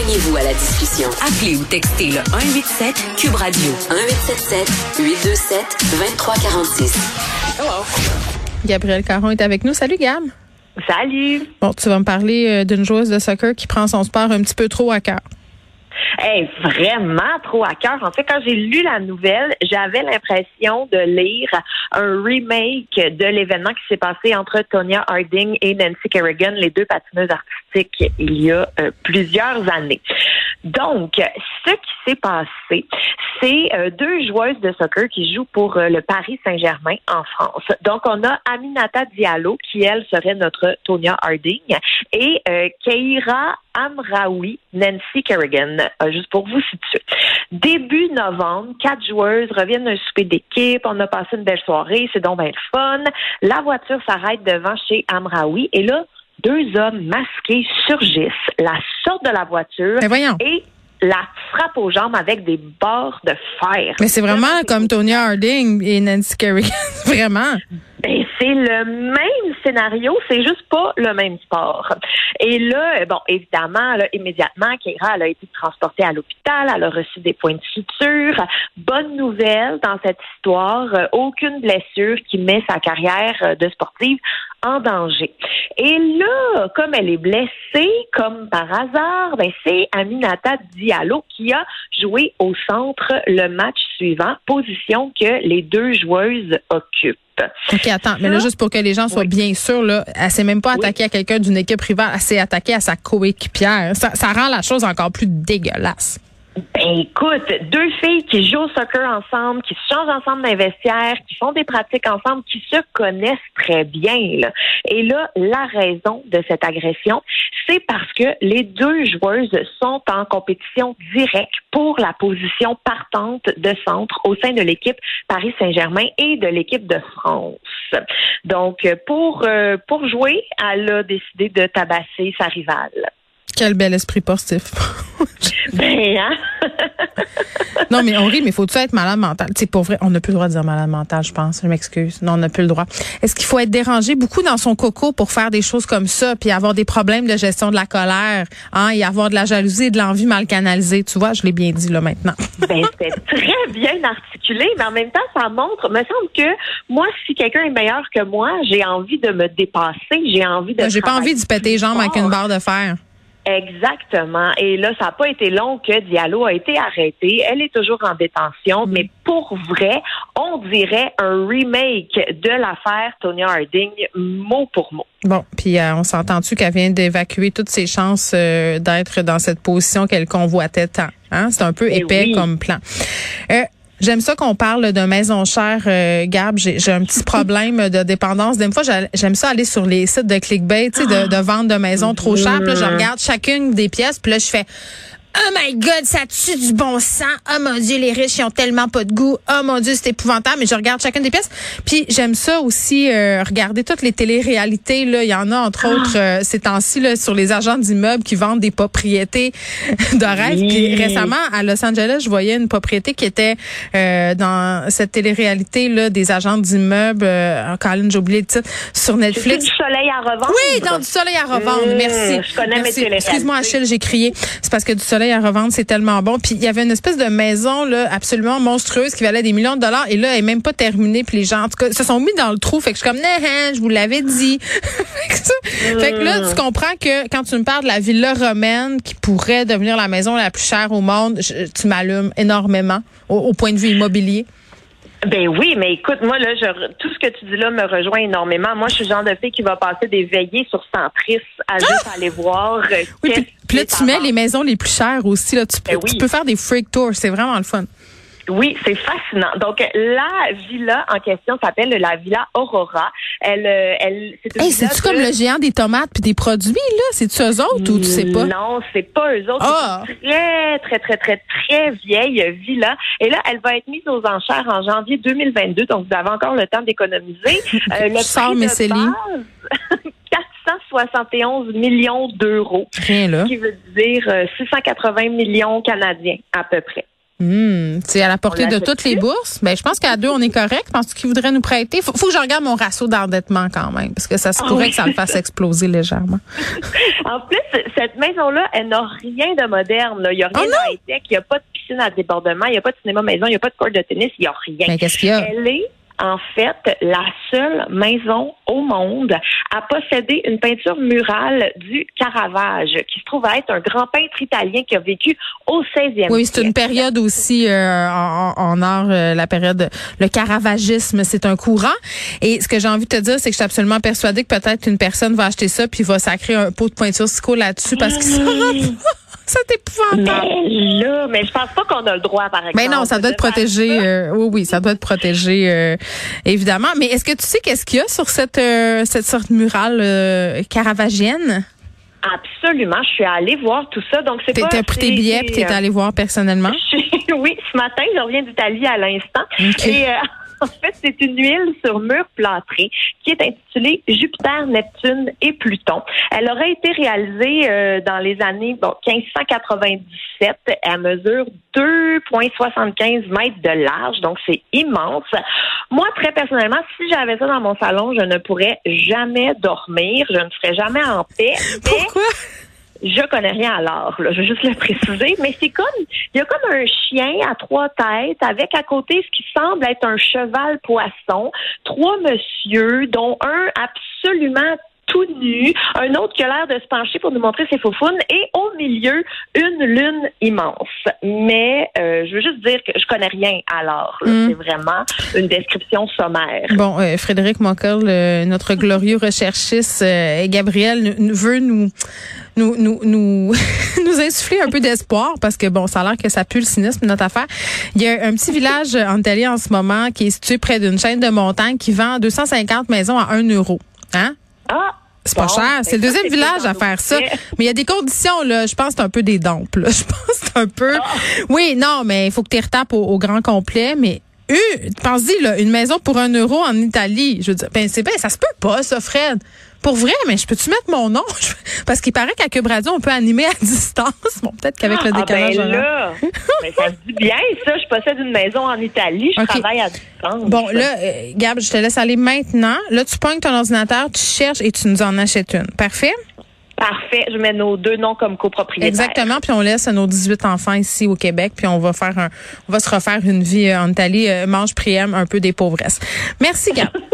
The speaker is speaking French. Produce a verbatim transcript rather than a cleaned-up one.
Joignez-vous à la discussion. Appelez ou textez le un huit sept Cube Radio un huit sept sept huit deux sept deux trois quatre six. Hello. Gabrielle Caron est avec nous. Salut Gab. Salut. Bon, tu vas me parler euh, d'une joueuse de soccer qui prend son sport un petit peu trop à cœur. Hey, vraiment trop à cœur. En fait, quand j'ai lu la nouvelle, j'avais l'impression de lire un remake de l'événement qui s'est passé entre Tonya Harding et Nancy Kerrigan, les deux patineuses artistiques, il y a euh, plusieurs années. Donc, ce qui s'est passé, c'est euh, deux joueuses de soccer qui jouent pour euh, le Paris Saint-Germain en France. Donc, on a Aminata Diallo, qui, elle, serait notre Tonya Harding, et euh, Keira Amraoui, Nancy Kerrigan, euh, juste pour vous situer. Début novembre, quatre joueuses reviennent d'un souper d'équipe, on a passé une belle soirée, c'est donc bien le fun. La voiture s'arrête devant chez Amraoui, et là, deux hommes masqués surgissent, la sortent de la voiture et la frappent aux jambes avec des barres de fer. Mais c'est vraiment c'est comme Tonya Harding et Nancy Kerrigan, vraiment. Ben, c'est le même scénario, c'est juste pas le même sport. Et là, bon, évidemment, là, immédiatement, Keira, elle a été transportée à l'hôpital, elle a reçu des points de suture. Bonne nouvelle dans cette histoire, euh, aucune blessure qui met sa carrière euh, de sportive en danger. Et là, comme elle est blessée, comme par hasard, ben, c'est Aminata Diallo qui a joué au centre le match suivant, position que les deux joueuses occupent. OK, attends, mais là, juste pour que les gens soient oui. bien sûrs, là, elle s'est même pas attaquée oui. à quelqu'un d'une équipe rivale, elle s'est attaquée à sa coéquipière. Ça, ça rend la chose encore plus dégueulasse. Ben écoute, deux filles qui jouent au soccer ensemble, qui se changent ensemble dans les vestiaires, qui font des pratiques ensemble, qui se connaissent très bien. Là. Et là, la raison de cette agression, c'est parce que les deux joueuses sont en compétition directe pour la position partante de centre au sein de l'équipe Paris Saint-Germain et de l'équipe de France. Donc, pour, euh, pour jouer, elle a décidé de tabasser sa rivale. Quel bel esprit sportif. Ben, hein? Non, mais on rit, mais faut-tu être malade mental? Tu sais, pour vrai, on n'a plus le droit de dire malade mental, je pense. Je m'excuse. Non, on n'a plus le droit. Est-ce qu'il faut être dérangé beaucoup dans son coco pour faire des choses comme ça, puis avoir des problèmes de gestion de la colère, hein, et avoir de la jalousie et de l'envie mal canalisée? Tu vois, je l'ai bien dit, là, maintenant. Ben, c'était très bien articulé, mais en même temps, ça montre, me semble que moi, si quelqu'un est meilleur que moi, j'ai envie de me dépasser, j'ai envie de. Ben, j'ai pas envie de péter les jambes avec une barre de fer. Exactement. Et là, ça n'a pas été long que Diallo a été arrêtée. Elle est toujours en détention, mais pour vrai, on dirait un remake de l'affaire Tonya Harding, mot pour mot. Bon, puis euh, on s'entend-tu qu'elle vient d'évacuer toutes ses chances euh, d'être dans cette position qu'elle convoitait tant? Hein? C'est un peu Et épais oui. comme plan. Euh, J'aime ça qu'on parle de maison chère, euh, Gab. J'ai, j'ai un petit problème de dépendance. Des fois, j'aime ça aller sur les sites de clickbait, tu sais, de, de vente de maisons trop chères. Puis là, je regarde chacune des pièces, puis là, je fais... Oh my God, ça tue du bon sang. Oh mon Dieu, les riches, ils ont tellement pas de goût. Oh mon Dieu, c'est épouvantable. Mais je regarde chacune des pièces. Puis j'aime ça aussi, euh, regarder toutes les téléréalités. Là, il y en a entre ah. autres euh, ces temps-ci là sur les agents d'immeubles qui vendent des propriétés de rêve. Oui. Puis récemment à Los Angeles, je voyais une propriété qui était euh, dans cette télé-réalité là des agents d'immeubles. Euh, Colin, j'ai oublié le titre sur Netflix. Du soleil à revendre. Oui, dans du soleil à revendre. Mmh, Merci. Je connais Merci. mes téléréalités. Excuse-moi, Achille, j'ai crié. C'est parce que du soleil à revendre, c'est tellement bon. Puis il y avait une espèce de maison là absolument monstrueuse qui valait des millions de dollars et là elle est même pas terminée. Puis les gens en tout cas se sont mis dans le trou. Fait que je suis comme non, je vous l'avais dit. mm. Fait que là tu comprends que quand tu me parles de la villa romaine qui pourrait devenir la maison la plus chère au monde, je, tu m'allumes énormément au, au point de vue immobilier. Ben oui, mais écoute, moi, là, je, tout ce que tu dis là me rejoint énormément. Moi, je suis le genre de fille qui va passer des veillées sur Centris à juste ah! aller voir. Euh, oui, puis, puis là, tu mets les maisons les plus chères aussi. Là, tu peux, ben oui. tu peux faire des freak tours. C'est vraiment le fun. Oui, c'est fascinant. Donc, la villa en question s'appelle la Villa Aurora. Elle, elle, c'est une hey, villa c'est-tu de... comme le géant des tomates puis des produits, là? C'est-tu eux autres ou tu sais pas? Non, c'est pas eux autres. Oh. C'est une très, très, très, très, très vieille villa. Et là, elle va être mise aux enchères en janvier deux mille vingt-deux. Donc, vous avez encore le temps d'économiser. euh, le Je sors mes prix de base, quatre cent soixante et onze millions d'euros. Rien là. Ce qui veut dire euh, six cent quatre-vingts millions canadiens, à peu près. Hum, c'est à la portée de toutes les bourses. Ben, je pense qu'à deux, on est correct. Penses-tu qu'il voudrait nous prêter? Faut, faut que je regarde mon ratio d'endettement quand même, parce que ça se pourrait oh oui. que ça le fasse exploser légèrement. En plus, cette maison-là, elle n'a rien de moderne. Là. Il n'y a rien oh de high-tech. Il n'y a pas de piscine à débordement. Il n'y a pas de cinéma maison. Il n'y a pas de court de tennis. Il n'y a rien. Mais qu'est-ce qu'il y a? Elle est en fait la seule maison au monde à posséder une peinture murale du Caravage, qui se trouve à être un grand peintre italien qui a vécu au seizième siècle. Oui, c'est une période aussi euh, en, en art, euh, la période, le caravagisme, c'est un courant. Et ce que j'ai envie de te dire, c'est que je suis absolument persuadée que peut-être une personne va acheter ça puis va sacrer un pot de peinture Sico là-dessus parce qu'il s'en rend pas. C'est épouvantable. Mais là, mais je pense pas qu'on a le droit, par exemple. Mais non, ça doit être protégé. Euh, oui, oui, ça doit être protégé, euh, évidemment. Mais est-ce que tu sais qu'est-ce qu'il y a sur cette euh, cette sorte murale euh, caravagienne? Absolument. Je suis allée voir tout ça. Donc c'est pas. T'as pris tes billets puis t'es allée voir personnellement? Oui, ce matin, je reviens d'Italie à l'instant. Okay. Et euh, en fait, c'est une huile sur mur plâtré qui est intitulée Jupiter, Neptune et Pluton. Elle aurait été réalisée euh, dans les années bon, quinze cent quatre-vingt-dix-sept. Elle mesure deux virgule soixante-quinze mètres de large, donc c'est immense. Moi, très personnellement, si j'avais ça dans mon salon, je ne pourrais jamais dormir, je ne serais jamais en paix. Pourquoi? Je connais rien à l'art, là, je veux juste le préciser, mais c'est comme, il y a comme un chien à trois têtes avec à côté ce qui semble être un cheval poisson, trois messieurs, dont un absolument tout nu, un autre qui a l'air de se pencher pour nous montrer ses faufounes, et au milieu, une lune immense. Mais euh, je veux juste dire que je connais rien à l'art. Mm. C'est vraiment une description sommaire. Bon, euh, Frédéric Moncol, euh, notre glorieux recherchiste, euh, Gabriel n- veut nous nous nous nous, nous insuffler un peu d'espoir parce que bon, ça a l'air que ça pue le cynisme notre affaire. Il y a un petit village en Italie en ce moment qui est situé près d'une chaîne de montagnes qui vend deux cent cinquante maisons à un euro. Hein? Ah! C'est pas bon, cher. C'est le deuxième village à faire ça. Mais il y a des conditions, là. Je pense que c'est un peu des dompes, là. Je pense que c'est un peu. Oh. Oui, non, mais il faut que tu retapes au, au grand complet. Mais, euh, pense-y, là, une maison pour un euro en Italie. Je veux dire, ben, c'est ben, ça se peut pas, ça, Fred. Pour vrai, mais je peux-tu mettre mon nom? Parce qu'il paraît qu'à Cube Radio, on peut animer à distance. Bon, peut-être qu'avec le décalage. Ah ben là, ben ça se dit bien, ça. Je possède une maison en Italie. Je okay. travaille à distance. Bon, là, euh, Gab, je te laisse aller maintenant. Là, tu pognes ton ordinateur, tu cherches et tu nous en achètes une. Parfait? Parfait. Je mets nos deux noms comme copropriétaires. Exactement. Puis on laisse nos dix-huit enfants ici au Québec. Puis on va faire un, on va se refaire une vie en Italie. Euh, mange, prième, un peu des pauvresses. Merci, Gab.